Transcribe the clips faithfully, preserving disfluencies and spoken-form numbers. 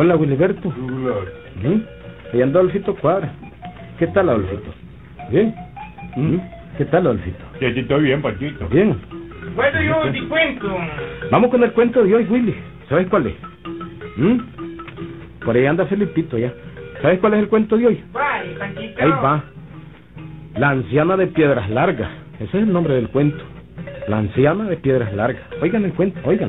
Hola, Wiliberto. ¿Bien? Ahí anda Adolfito Cuadra. ¿Qué tal, Adolfito? ¿Bien? ¿Mm? ¿Qué tal, Adolfito? Sí, estoy bien, Pachito. Bien. Bueno, yo te cuento. Vamos con el cuento de hoy, Willy. ¿Sabes cuál es? ¿Mm? Por ahí anda Felipito ya. ¿Sabes cuál es el cuento de hoy? Vale, Panchito. Ahí va. La anciana de Piedras Largas. Ese es el nombre del cuento. La anciana de Piedras Largas. Oigan el cuento, oigan.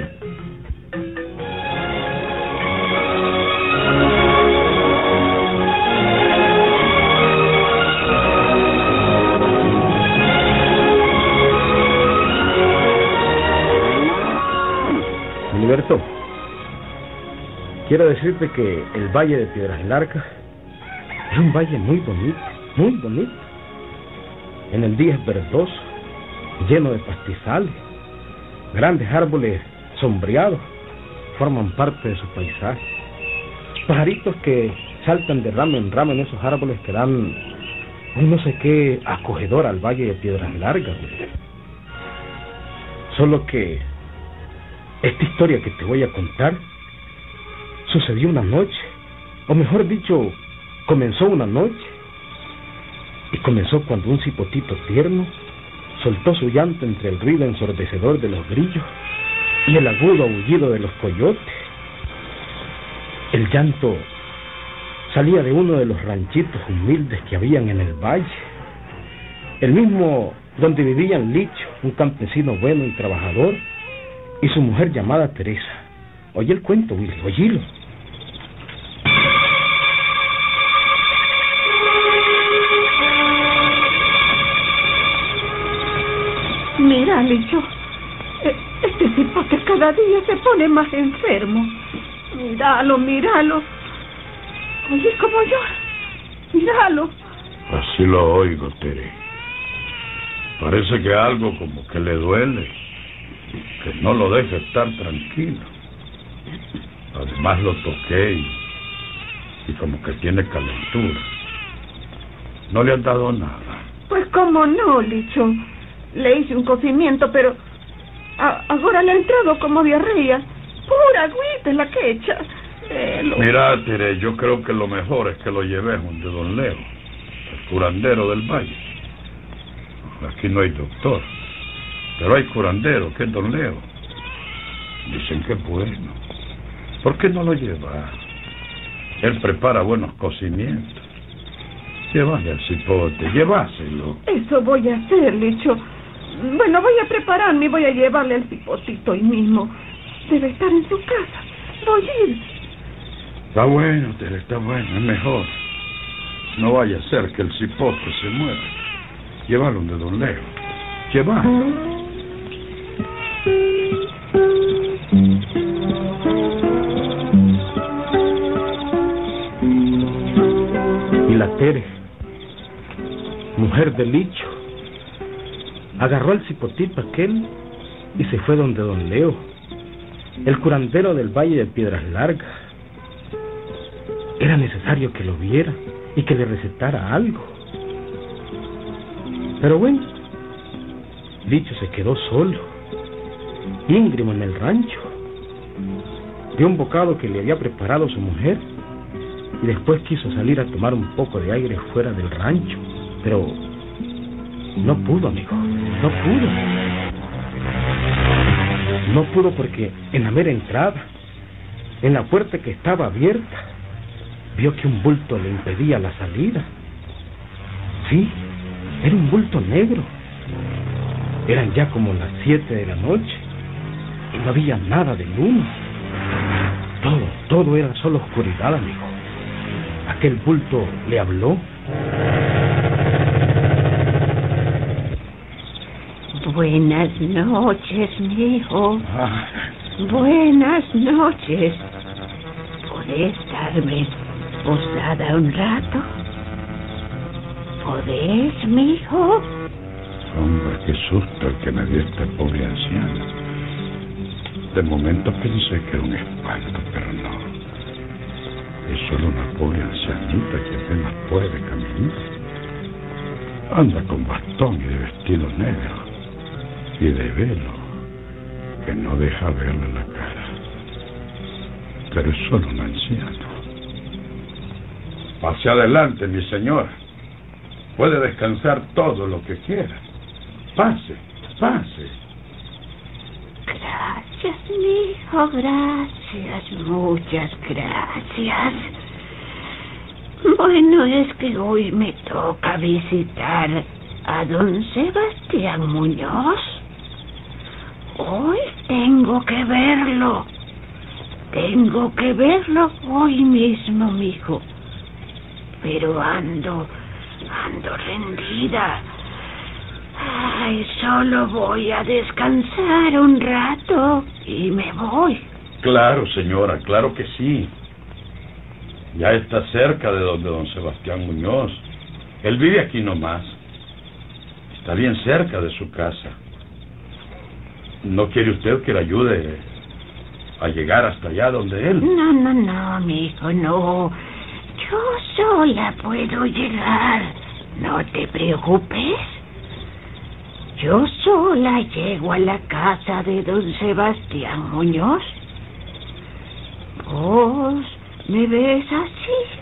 Alberto, quiero decirte que el Valle de Piedras Largas es un valle muy bonito, muy bonito. En el día es verdoso, lleno de pastizales. Grandes árboles sombreados forman parte de su paisaje. Pajaritos que saltan de rama en rama en esos árboles que dan un no sé qué acogedor al Valle de Piedras Largas. Solo que esta historia que te voy a contar sucedió una noche, o mejor dicho, comenzó una noche, y comenzó cuando un cipotito tierno soltó su llanto entre el ruido ensordecedor de los grillos y el agudo aullido de los coyotes. El llanto salía de uno de los ranchitos humildes que habían en el valle, el mismo donde vivían Licho, un campesino bueno y trabajador, y su mujer llamada Teresa. Oye el cuento, Willy, oílo. Mira, Licho, este cipote cada día se pone más enfermo. Míralo, míralo. Oye, cómo llora. Míralo. Así lo oigo, Tere. Parece que algo como que le duele, que no lo deja estar tranquilo. Además lo toqué y, y como que tiene calentura. No le han dado nada. Pues cómo no, Licho. Le hice un cocimiento, pero a, ahora le ha entrado como diarrea. Pura agüita es la que echa. Eh, lo... Mira, Tere, yo creo que lo mejor es que lo lleves donde don Leo, el curandero del valle. Aquí no hay doctor, pero hay curandero, que es don Leo. Dicen que es bueno. ¿Por qué no lo lleva? Él prepara buenos cocimientos. Llévale al cipote, llévaselo. Eso voy a hacer, Licho. Bueno, voy a prepararme y voy a llevarle al cipotito hoy mismo. Debe estar en su casa. Voy a ir. Está bueno, Tere, está bueno, es mejor. No vaya a ser que el cipote se mueva. Llévalo donde don Leo. Llévalo. Y la Tere, mujer de Licho, agarró al cipotito aquel y se fue donde don Leo, el curandero del Valle de Piedras Largas. Era necesario que lo viera y que le recetara algo. Pero bueno, Licho se quedó solo, íngrimo en el rancho. Dio un bocado que le había preparado su mujer y después quiso salir a tomar un poco de aire fuera del rancho, pero no pudo, amigo, no pudo. No pudo porque en la mera entrada, en la puerta que estaba abierta, vio que un bulto le impedía la salida. Sí, era un bulto negro. Eran ya como las siete de la noche y no había nada de luna. Todo, todo era solo oscuridad, amigo. Aquel bulto le habló. Buenas noches, mijo. Ah. Buenas noches. ¿Podés darme posada un rato? ¿Podés, mijo? Hombre, qué susto el que me dio esta pobre anciana. De momento pensé que era un espanto, pero no. Es solo una pobre ancianita que apenas puede caminar. Anda con bastón y de vestido negro. Y de velo, que no deja verle la cara. Pero es solo un anciano. Pase adelante, mi señora. Puede descansar todo lo que quiera. Pase, pase. Gracias, mi hijo, gracias, muchas gracias. Bueno, es que hoy me toca visitar a don Sebastián Muñoz. Hoy tengo que verlo. Tengo que verlo hoy mismo, mijo. Pero ando, ando rendida. Ay, solo voy a descansar un rato y me voy. Claro, señora, claro que sí. Ya está cerca de donde don Sebastián Muñoz. Él vive aquí nomás. Está bien cerca de su casa. ¿No quiere usted que le ayude a llegar hasta allá donde él? No, no, no, mijo, no. Yo sola puedo llegar. No te preocupes. Yo sola llego a la casa de don Sebastián Muñoz. ¿Vos me ves así?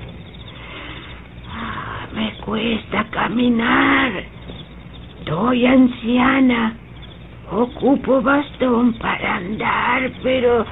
Ah, me cuesta caminar. Estoy anciana. Ocupo bastón para andar, pero...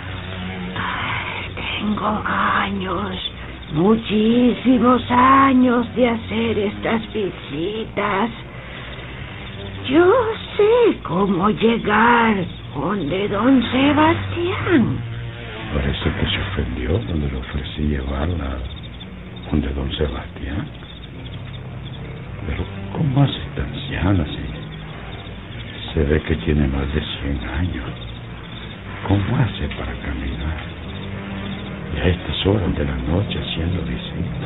Ay, tengo años, muchísimos años de hacer estas visitas. Yo sé cómo llegar donde don Sebastián. Parece que se ofendió cuando le ofrecí llevarla donde don Sebastián. Pero ¿cómo hace esta anciana si se ve que tiene más de cien años? ¿Cómo hace para caminar? Y a estas horas de la noche haciendo visitas.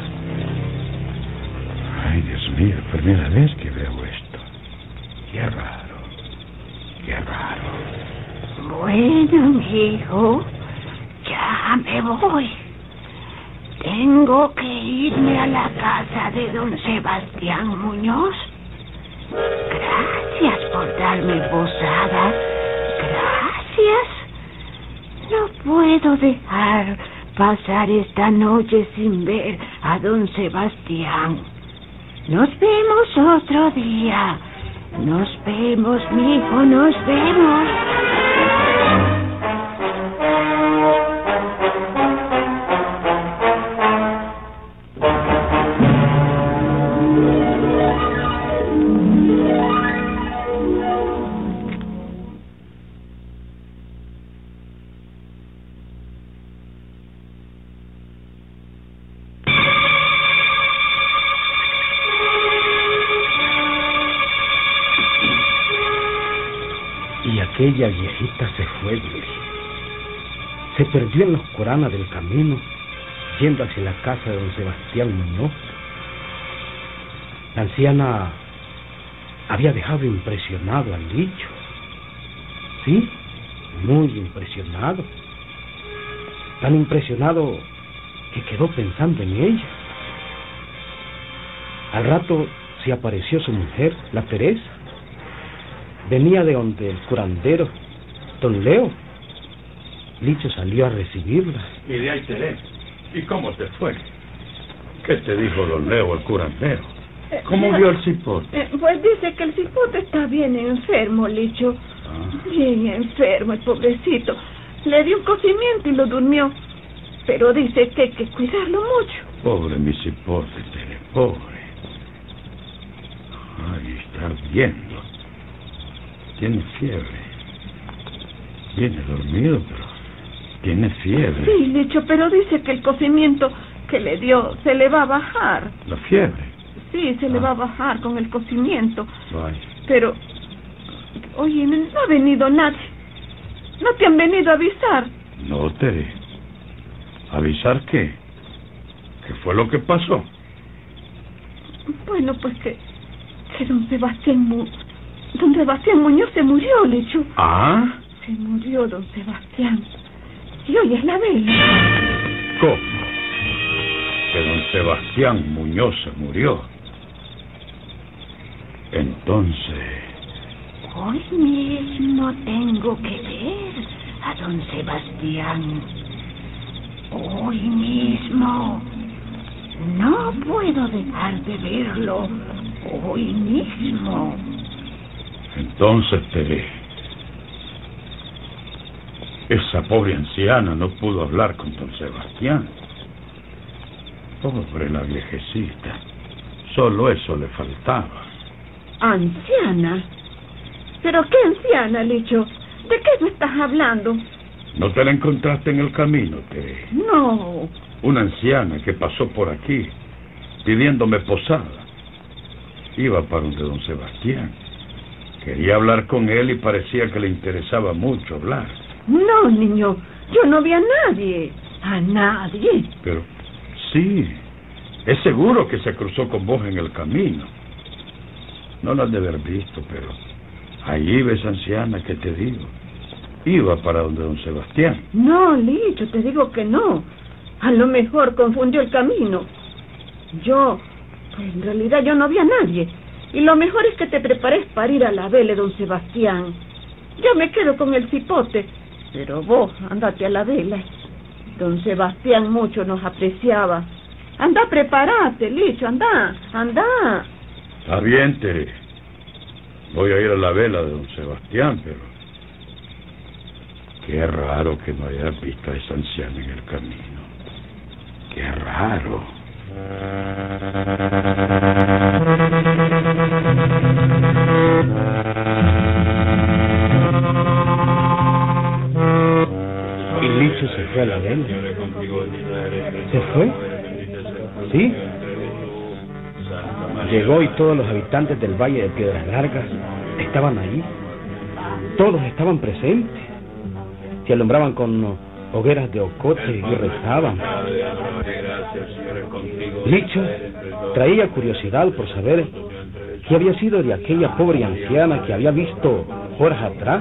Ay, Dios mío, primera vez que veo esto. Qué raro, qué raro. Bueno, hijo, ya me voy. Tengo que irme a la casa de don Sebastián Muñoz. Gracias por darme posada. Gracias. No puedo dejar pasar esta noche sin ver a don Sebastián. Nos vemos otro día. Nos vemos, mijo, nos vemos. Y aquella viejita se fue, Willy. Se perdió en la oscurana del camino, yendo hacia la casa de don Sebastián Muñoz. La anciana había dejado impresionado al dicho. Sí, muy impresionado. Tan impresionado que quedó pensando en ella. Al rato se apareció su mujer, la Teresa. Venía de donde el curandero, don Leo. Licho salió a recibirla. Y de ahí, Teresa, ¿y cómo te fue? ¿Qué te dijo don Leo, el curandero? ¿Cómo vio el cipote? Eh, pues dice que el cipote está bien enfermo, Licho. Ah. Bien enfermo, el pobrecito. Le dio un cocimiento y lo durmió. Pero dice que hay que cuidarlo mucho. Pobre mi cipote, Tere, pobre. Ay, está viendo. Tiene fiebre. Viene dormido, pero tiene fiebre. Sí, Licho, pero dice que el cocimiento que le dio se le va a bajar. ¿La fiebre? Sí, se Ah. le va a bajar con el cocimiento. Vaya. Pero, oye, no ha venido nadie. ¿No te han venido a avisar? No, Tere. ¿Avisar qué? ¿Qué fue lo que pasó? Bueno, pues que, que don Sebastián Mu... Don Sebastián Muñoz se murió, Licho. ¿Ah? Se murió don Sebastián. Y hoy es la vela. ¿Cómo? Que don Sebastián Muñoz se murió. Entonces... Hoy mismo tengo que ver a don Sebastián. Hoy mismo. No puedo dejar de verlo hoy mismo. Entonces te ve. Esa pobre anciana no pudo hablar con don Sebastián. Pobre la viejecita. Solo eso le faltaba. ¿Anciana? ¿Pero qué anciana, Licho? ¿De qué me estás hablando? ¿No te la encontraste en el camino, Tere? No. Una anciana que pasó por aquí pidiéndome posada. Iba para donde don Sebastián. Quería hablar con él y parecía que le interesaba mucho hablar. No, niño, yo no vi a nadie. ¿A nadie? Pero sí, es seguro que se cruzó con vos en el camino. No la has de haber visto, pero allí ves anciana que te digo. Iba para donde don Sebastián. No, Licho, te digo que no. A lo mejor confundió el camino. Yo, pues en realidad yo no vi a nadie. Y lo mejor es que te prepares para ir a la vela, don Sebastián. Yo me quedo con el cipote, pero vos andate a la vela. Don Sebastián mucho nos apreciaba. Anda, prepárate, Licho, anda, anda. Está bien, Tere. Voy a ir a la vela de don Sebastián, pero qué raro que no hayas visto a esa anciana en el camino. Qué raro. Y Licho se fue a la vela. ¿Se fue? ¿Sí? Llegó y todos los habitantes del Valle de Piedras Largas estaban ahí. Todos estaban presentes. Se alumbraban con hogueras de ocote y rezaban. Licho traía curiosidad por saber qué había sido de aquella pobre anciana que había visto horas atrás.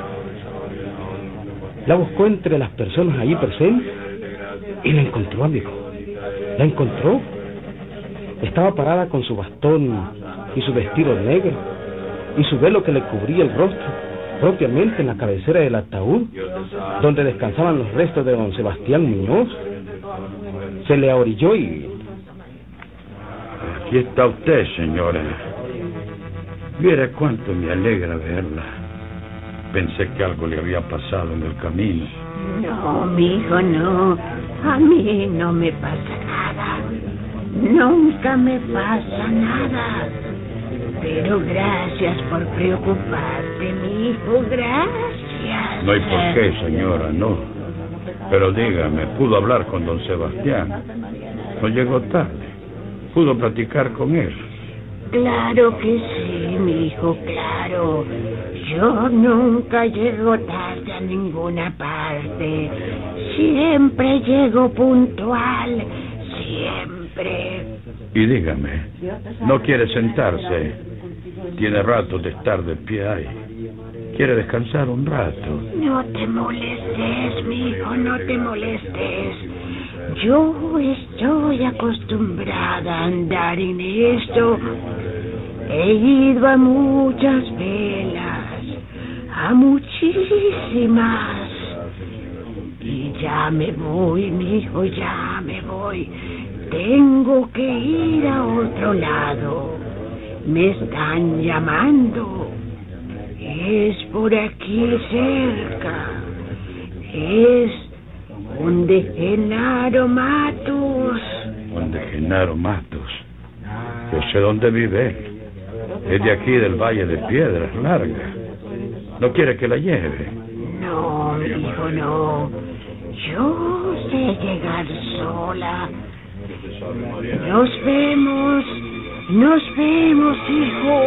La buscó entre las personas allí presentes y la encontró, amigo. La encontró. Estaba parada con su bastón y su vestido negro y su velo que le cubría el rostro, propiamente en la cabecera del ataúd, donde descansaban los restos de don Sebastián Muñoz. Se le ahorilló y... Aquí está usted, señora. Viera cuánto me alegra verla. Pensé que algo le había pasado en el camino. No, mijo, no. A mí no me pasa nada. Nunca me pasa nada. Pero gracias por preocuparte, mi hijo, gracias. No hay por qué, señora, no. Pero dígame, ¿pudo hablar con don Sebastián? No llegó tarde. ¿Pudo platicar con él? Claro que sí, mi hijo, claro. Yo nunca llego tarde a ninguna parte. Siempre llego puntual, siempre. Y dígame, ¿no quiere sentarse? Tiene rato de estar de pie ahí. ¿Quiere descansar un rato? No te molestes, mi hijo, no te molestes. Yo estoy acostumbrada a andar en esto. He ido a muchas velas, a muchísimas. Y ya me voy, mi hijo, ya me voy. Tengo que ir a otro lado. Me están llamando. Es por aquí cerca. Es un de Genaro Matos. Un de Genaro Matos. Yo sé dónde vive. Es de aquí del Valle de Piedras Largas. ¿No quiere que la lleve? No, hijo, no. Yo sé llegar sola. Nos vemos. Nos vemos, hijo.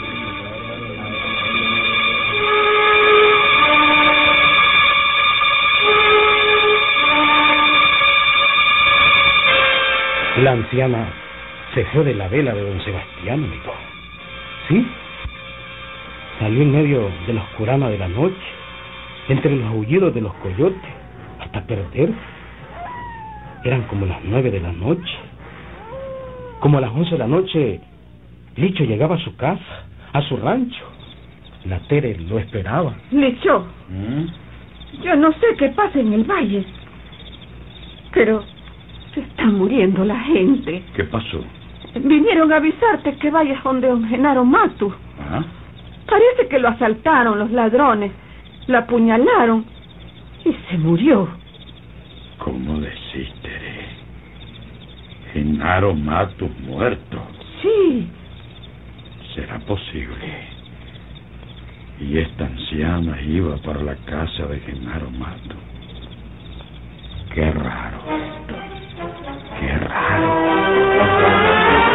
La anciana se fue de la vela de don Sebastián, amigo. ¿Sí? Salió en medio de la oscurana de la noche, entre los aullidos de los coyotes, hasta perder. Eran como las nueve de la noche. Como a las once de la noche, Licho llegaba a su casa, a su rancho. La Tere lo esperaba. Licho, ¿Mm? yo no sé qué pasa en el valle, pero Se está muriendo la gente. ¿Qué pasó? Vinieron a avisarte que vayas donde don Genaro Matus. ¿Ah? Parece que lo asaltaron los ladrones, lo apuñalaron y se murió. ¿Cómo decís, Tere? Genaro Matus muerto. Sí. ¿Será posible? Y esta anciana iba para la casa de Genaro Matus. Qué raro esto. Qué raro.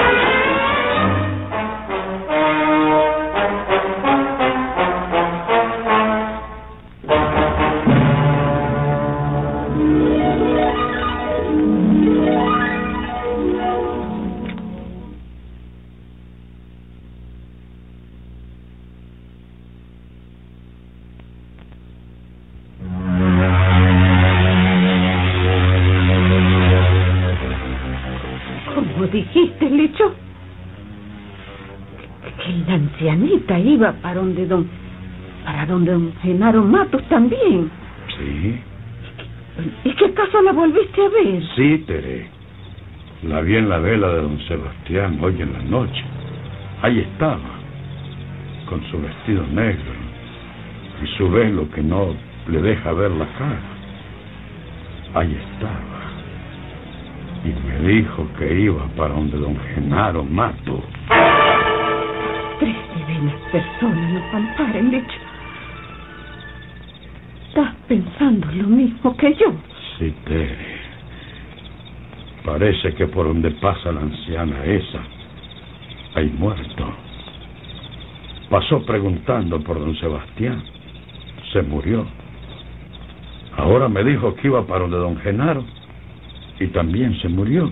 ¿Dijiste, Licho? Que la ancianita iba para donde don... para donde don Genaro Matus también. Sí. ¿Y qué acaso la volviste a ver? Sí, Tere. La vi en la vela de don Sebastián hoy en la noche. Ahí estaba, con su vestido negro y su velo que no le deja ver la cara. Ahí estaba. Y me dijo que iba para donde don Genaro Matus. Tres divinas personas nos amparen, Licho. ¿Estás pensando lo mismo que yo? Sí, Tere. Parece que por donde pasa la anciana esa hay muerto. Pasó preguntando por don Sebastián. Se murió. Ahora me dijo que iba para donde don Genaro y también se murió.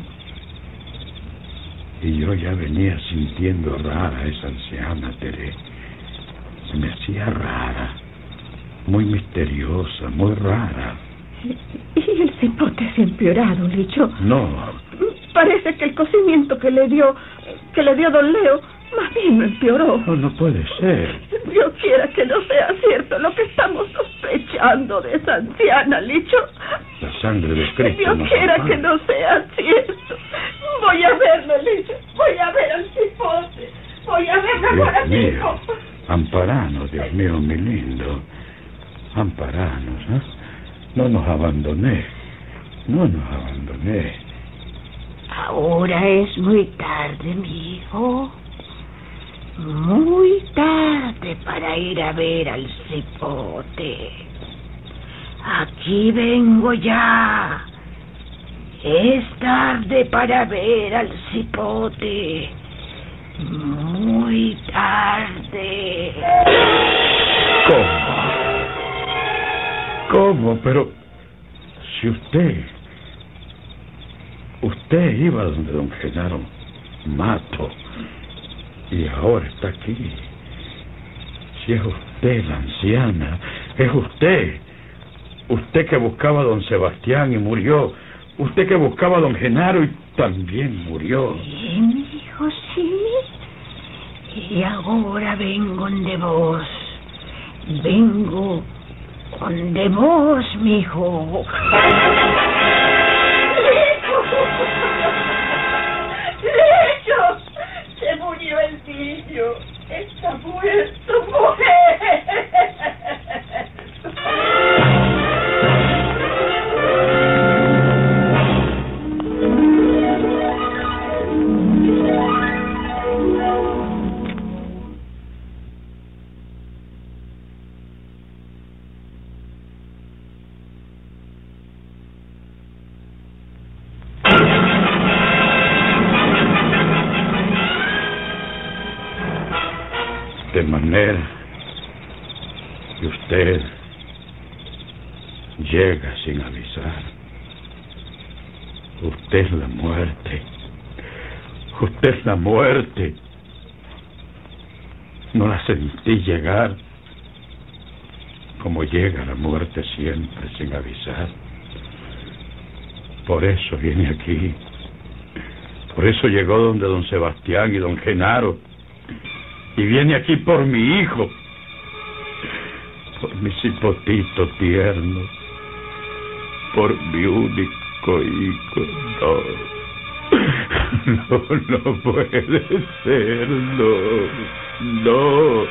Y yo ya venía sintiendo rara a esa anciana, Tere. Se me hacía rara, muy misteriosa, muy rara. ¿Y el cipote se ha empeorado, Licho? No. Parece que el cocimiento que le dio, que le dio don Leo, más bien lo empeoró. No, no puede ser. Dios quiera que no sea cierto lo que estamos sospechando de esa anciana, Licho. La sangre de Cristo. Dios nos quiera ampara. que no sea cierto. Voy a verlo, Licho. Voy a ver al cipote. Voy a verlo Dios ahora mío, mismo. amparanos, Dios mío, mi lindo. Amparanos, ¿eh? No nos abandoné. No nos abandoné. Ahora es muy tarde, mi hijo. Muy tarde para ir a ver al cipote. Aquí vengo ya. Es tarde para ver al cipote. Muy tarde. ¿Cómo? ¿Cómo? Pero si usted... Usted iba donde don Genaro Matus y ahora está aquí. Si es usted la anciana, es usted. Usted que buscaba a don Sebastián y murió. Usted que buscaba a don Genaro y también murió. Sí, mi hijo, sí. Y ahora vengo de vos. Vengo de vos, mi hijo. ¡Licho! Se murió el niño. Está muerto, mujer. De manera que usted llega sin avisar. Usted es la muerte. Usted es la muerte. No la sentí llegar como llega la muerte siempre sin avisar. Por eso viene aquí. Por eso llegó donde don Sebastián y don Genaro. Y viene aquí por mi hijo, por mi cipotito tierno, por mi único, Hijo, hijo, no. No, no puede ser, no, no.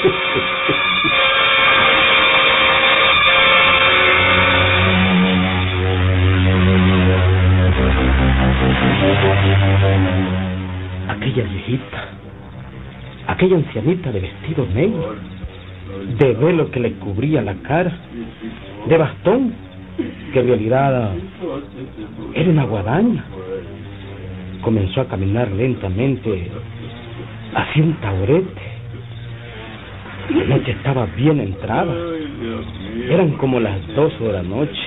Aquella viejita, aquella ancianita de vestido negro, de velo que le cubría la cara, de bastón, que en realidad era una guadaña, comenzó a caminar lentamente hacia un taburete. La noche estaba bien entrada, eran como las doce de la noche.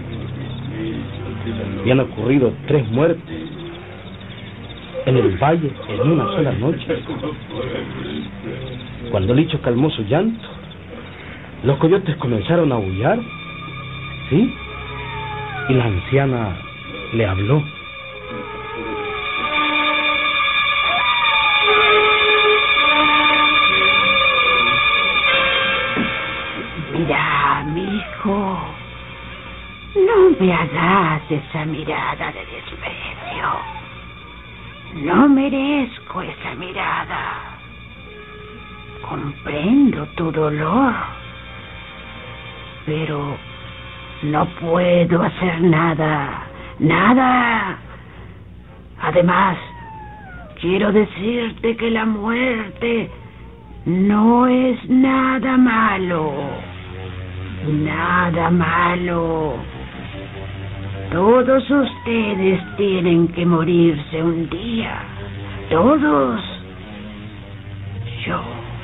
Habían ocurrido tres muertes en el valle en una sola noche. Cuando Licho calmó su llanto, los coyotes comenzaron a aullar, ¿sí? Y la anciana le habló. Mira, mijo, no me hagas esa mirada de desprecio. No merezco esa mirada. Comprendo tu dolor, pero no puedo hacer nada, nada. Además, quiero decirte que la muerte no es nada malo, nada malo. Todos ustedes tienen que morirse un día, todos. Yo,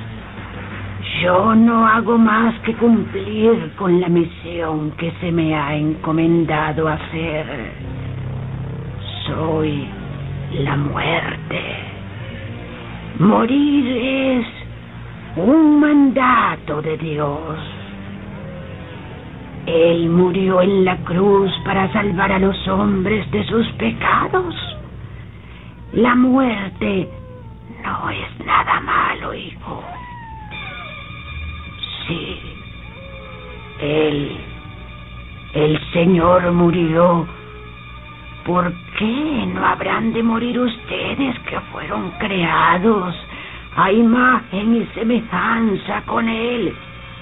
yo no hago más que cumplir con la misión que se me ha encomendado hacer. Soy la muerte. Morir es un mandato de Dios. Él murió en la cruz para salvar a los hombres de sus pecados. La muerte no es nada malo, hijo. Sí, Él, el Señor murió. ¿Por qué no habrán de morir ustedes que fueron creados a imagen y semejanza con Él?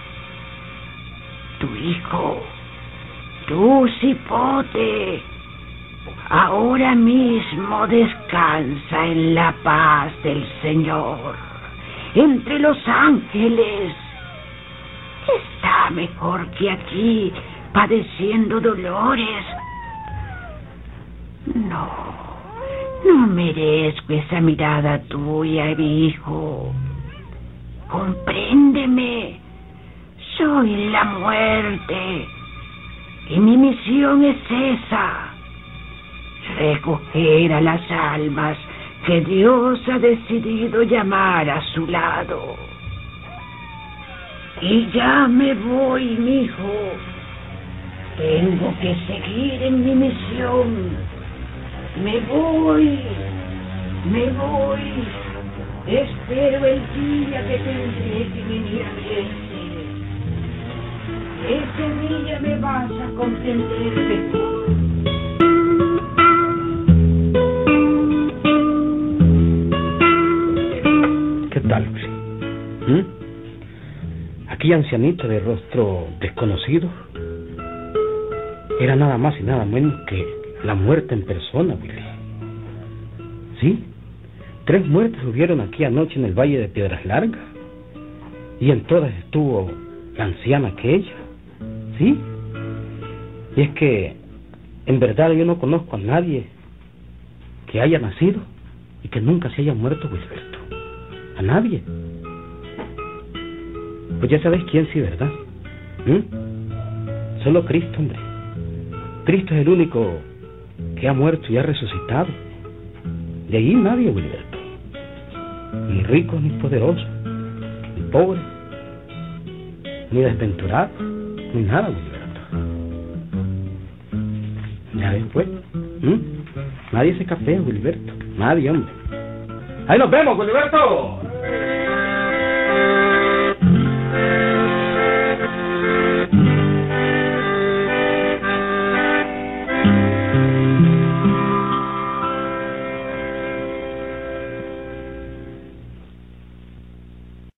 Tu hijo, tu cipote, ahora mismo descansa en la paz del Señor, entre los ángeles. Está mejor que aquí, padeciendo dolores. No, no merezco esa mirada tuya, mi hijo. Compréndeme. Soy la muerte, y mi misión es esa: recoger a las almas que Dios ha decidido llamar a su lado. Y ya me voy, mijo. Tengo que seguir en mi misión. Me voy, me voy. Espero el día que tendré que venir a verte. Ese día me vas a comprender mejor. ¿Qué tal, Willy? ¿Mm? Aquella ancianita de rostro desconocido era nada más y nada menos que la muerte en persona, Willy. ¿Sí? Tres muertes hubieron aquí anoche en el Valle de Piedras Largas, y en todas estuvo la anciana aquella. ¿Sí? Y es que en verdad yo no conozco a nadie que haya nacido y que nunca se haya muerto, Wilberto. A nadie. Pues ya sabes quién sí, ¿verdad? ¿Mm? Solo Cristo, hombre. Cristo es el único que ha muerto y ha resucitado. De ahí nadie, Wilberto. Ni rico ni poderoso, ni pobre, ni desventurado, ni nada, Wilberto. Ya después, ¿Mm? Nadie se capea, Wilberto. Nadie, hombre. ¡Ahí nos vemos, Wilberto!